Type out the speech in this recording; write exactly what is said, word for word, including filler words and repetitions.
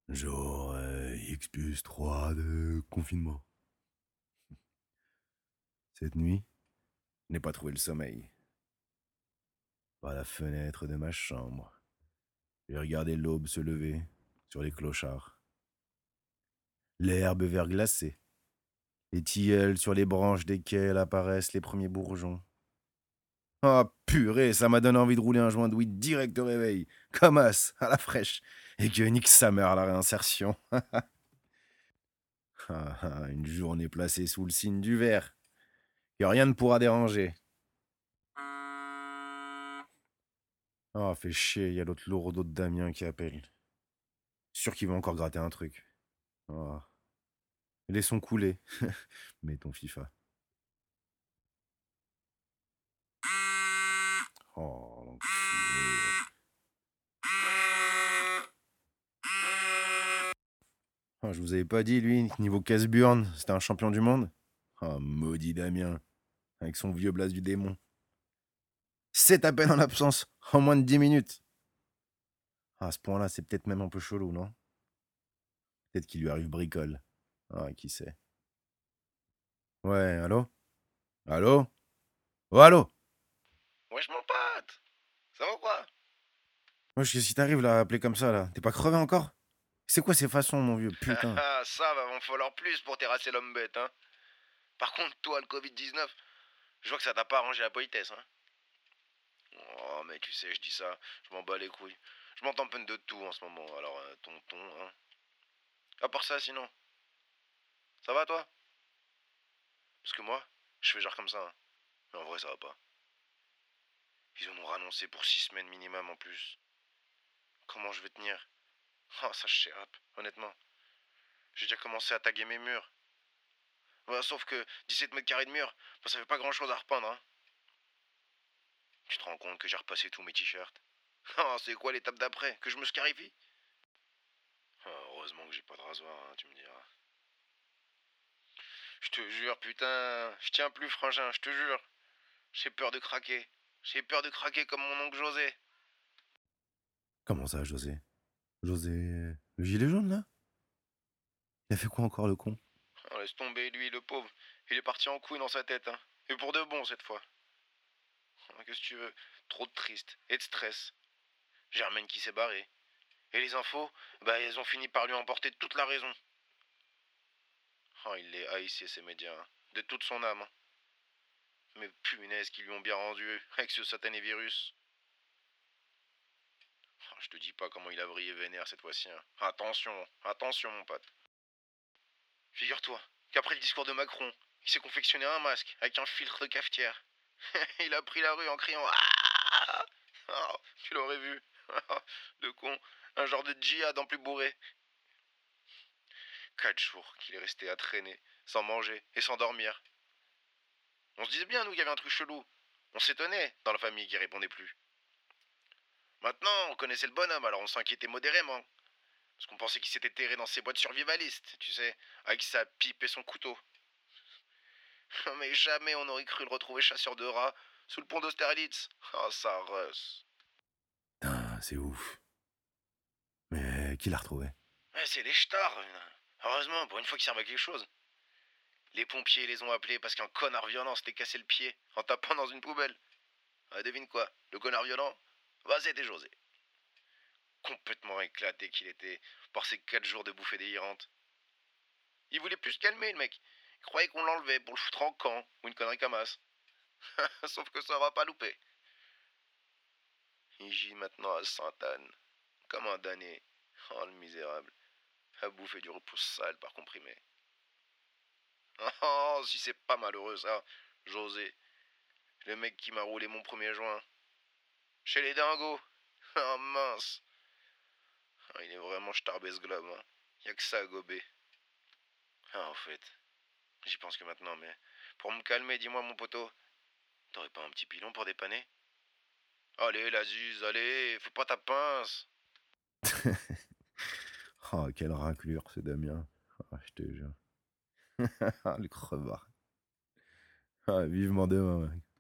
Genre euh, X plus trois de confinement. Cette nuit, je n'ai pas trouvé le sommeil. Par la fenêtre de ma chambre, j'ai regardé l'aube se lever sur les clochards. L'herbe verglacée, les tilleuls sur les branches desquelles apparaissent les premiers bourgeons. Ah purée, ça m'a donné envie de rouler un joint de weed direct au réveil, comme as, à la fraîche, et que nique sa mère à la réinsertion. Ah, ah, Une journée placée sous le signe du verre, que rien ne pourra déranger. Ah, fait chier, il y a l'autre lourdeau de Damien qui appelle. Sûr qu'il va encore gratter un truc. Ah. Laissons couler. Mettons FIFA. Oh, l'enculé. Ah, je vous avais pas dit, lui, niveau casse-burn, c'était un champion du monde. Ah, maudit Damien, avec son vieux blase du démon. Sept appels en absence, en moins de dix minutes. Ah, à ce point-là, c'est peut-être même un peu chelou, non? Peut-être qu'il lui arrive bricole. Ah, qui sait. Ouais, allô? Allô? Oh, allô? Wesh mon pote, ça va ou quoi? Wesh, qu'est-ce qui t'arrive là, à appeler comme ça, là? T'es pas crevé encore? C'est quoi ces façons, mon vieux? Putain. Ah ça va m'en falloir plus pour terrasser l'homme bête, hein. Par contre, toi, le covid dix-neuf, je vois que ça t'a pas arrangé la politesse, hein. Oh, mais tu sais, je dis ça, je m'en bats les couilles. Je m'entends peine de tout en ce moment, alors euh, tonton, hein. À part ça, sinon, ça va toi? Parce que moi, je fais genre comme ça, hein. Mais en vrai, ça va pas. Ils en ont renoncé pour six semaines minimum en plus. Comment je vais tenir? Oh, ça, je rap, honnêtement. J'ai déjà commencé à taguer mes murs. Ouais, sauf que dix-sept mètres carrés de mur, bah, ça fait pas grand chose à repeindre, hein. Tu te rends compte que j'ai repassé tous mes t-shirts? Ah, c'est quoi l'étape d'après? Que je me scarifie? Ah, heureusement que j'ai pas de rasoir, hein, tu me diras. Je te jure, putain, je tiens plus, frangin, je te jure. J'ai peur de craquer. J'ai peur de craquer comme mon oncle José. Comment ça, José? José. Le gilet jaune, là? Il a fait quoi encore, le con? Ah, laisse tomber, lui, le pauvre. Il est parti en couille dans sa tête, hein. Et pour de bon, cette fois. Ah, qu'est-ce que tu veux? Trop de triste et de stress. Germaine qui s'est barrée. Et les infos, bah, elles ont fini par lui emporter toute la raison. Oh, il les haïssait, ces médias, hein. De toute son âme, hein. Mais punaise qu'ils lui ont bien rendu avec ce satané virus. Oh, je te dis pas comment il a brillé vénère cette fois-ci, hein. Attention, attention mon pote. Figure-toi qu'après le discours de Macron, il s'est confectionné un masque avec un filtre de cafetière. Il a pris la rue en criant ah. Oh, tu l'aurais vu. Le con, un genre de djihad en plus bourré. Quatre jours qu'il est resté à traîner, sans manger et sans dormir. On se disait bien, nous, qu'il y avait un truc chelou. On s'étonnait dans la famille qui répondait plus. Maintenant, on connaissait le bonhomme, alors on s'inquiétait modérément. Parce qu'on pensait qu'il s'était terré dans ses boîtes survivalistes, tu sais, avec sa pipe et son couteau. Mais jamais on aurait cru le retrouver chasseur de rats sous le pont d'Austerlitz. Oh, ça russe. Putain, c'est ouf. Mais qui l'a retrouvé? Ouais, c'est les stars. Heureusement, pour une fois qu'ils servent à quelque chose. Les pompiers les ont appelés parce qu'un connard violent s'était cassé le pied en tapant dans une poubelle. Ah, devine quoi? Le connard violent? Bah, c'était José. Complètement éclaté qu'il était par ces quatre jours de bouffée délirante. Il voulait plus se calmer, le mec. Il croyait qu'on l'enlevait pour le foutre en camp ou une connerie comme as. Sauf que ça va pas louper. Il gît maintenant à Sainte-Anne, comme un damné. Oh, le misérable. À bouffer du repousse sale par comprimé. Oh, si c'est pas malheureux ça, José. Le mec qui m'a roulé mon premier joint. Chez les dingos. Oh mince. Ah, il est vraiment starbé ce globe, hein. Y'a que ça à gober. Ah, en fait, j'y pense que maintenant, mais pour me calmer, dis-moi, mon poteau, t'aurais pas un petit pilon pour dépanner? Allez, la zuse, allez, fais pas ta pince. Oh, quelle raclure, ce Damien. Ah, je te jure. Le crevard. Ah, vivement demain, mec.